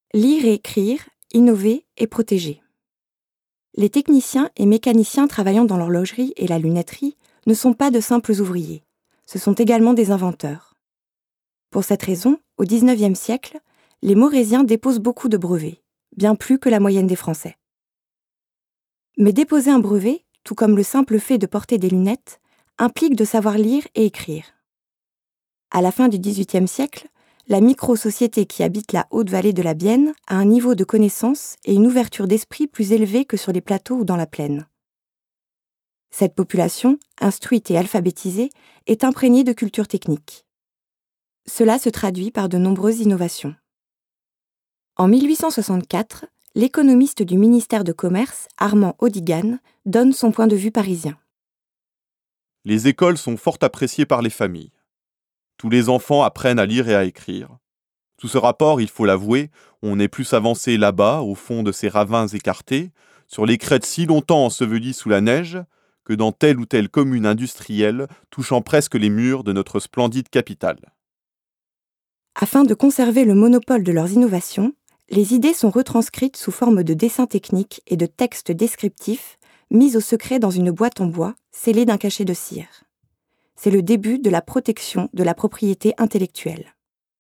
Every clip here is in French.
Lire et écrire, innover et protéger. Les techniciens et mécaniciens travaillant dans l'horlogerie et la lunetterie ne sont pas de simples ouvriers. Ce sont également des inventeurs. Pour cette raison, au XIXe siècle, les Maurésiens déposent beaucoup de brevets, bien plus que la moyenne des Français. Mais déposer un brevet, tout comme le simple fait de porter des lunettes, implique de savoir lire et écrire. À la fin du XVIIIe siècle, la micro-société qui habite la haute vallée de la Bienne a un niveau de connaissance et une ouverture d'esprit plus élevé que sur les plateaux ou dans la plaine. Cette population, instruite et alphabétisée, est imprégnée de culture technique. Cela se traduit par de nombreuses innovations. En 1864, l'économiste du ministère de Commerce, Armand Audigan, donne son point de vue parisien. Les écoles sont fort appréciées par les familles. Tous les enfants apprennent à lire et à écrire. Sous ce rapport, il faut l'avouer, on est plus avancé là-bas, au fond de ces ravins écartés, sur les crêtes si longtemps ensevelies sous la neige, que dans telle ou telle commune industrielle touchant presque les murs de notre splendide capitale. Afin de conserver le monopole de leurs innovations, les idées sont retranscrites sous forme de dessins techniques et de textes descriptifs mis au secret dans une boîte en bois scellée d'un cachet de cire. C'est le début de la protection de la propriété intellectuelle.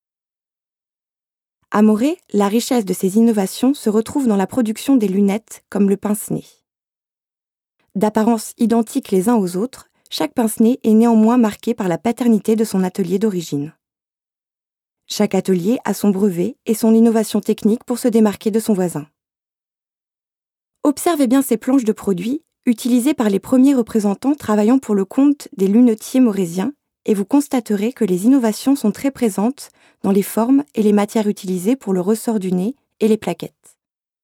À Morée, la richesse de ces innovations se retrouve dans la production des lunettes comme le pince-nez. D'apparence identiques les uns aux autres, chaque pince-nez est néanmoins marqué par la paternité de son atelier d'origine. Chaque atelier a son brevet et son innovation technique pour se démarquer de son voisin. Observez bien ces planches de produits utilisées par les premiers représentants travaillant pour le compte des lunetiers maurésiens et vous constaterez que les innovations sont très présentes dans les formes et les matières utilisées pour le ressort du nez et les plaquettes.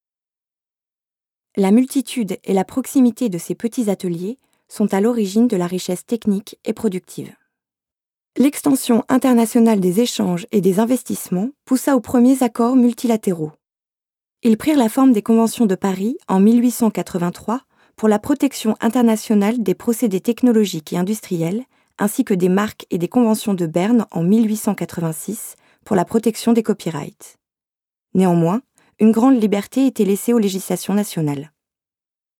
La multitude et la proximité de ces petits ateliers sont à l'origine de la richesse technique et productive. L'extension internationale des échanges et des investissements poussa aux premiers accords multilatéraux. Ils prirent la forme des conventions de Paris en 1883 pour la protection internationale des procédés technologiques et industriels, ainsi que des marques et des conventions de Berne en 1886 pour la protection des copyrights. Néanmoins, une grande liberté était laissée aux législations nationales.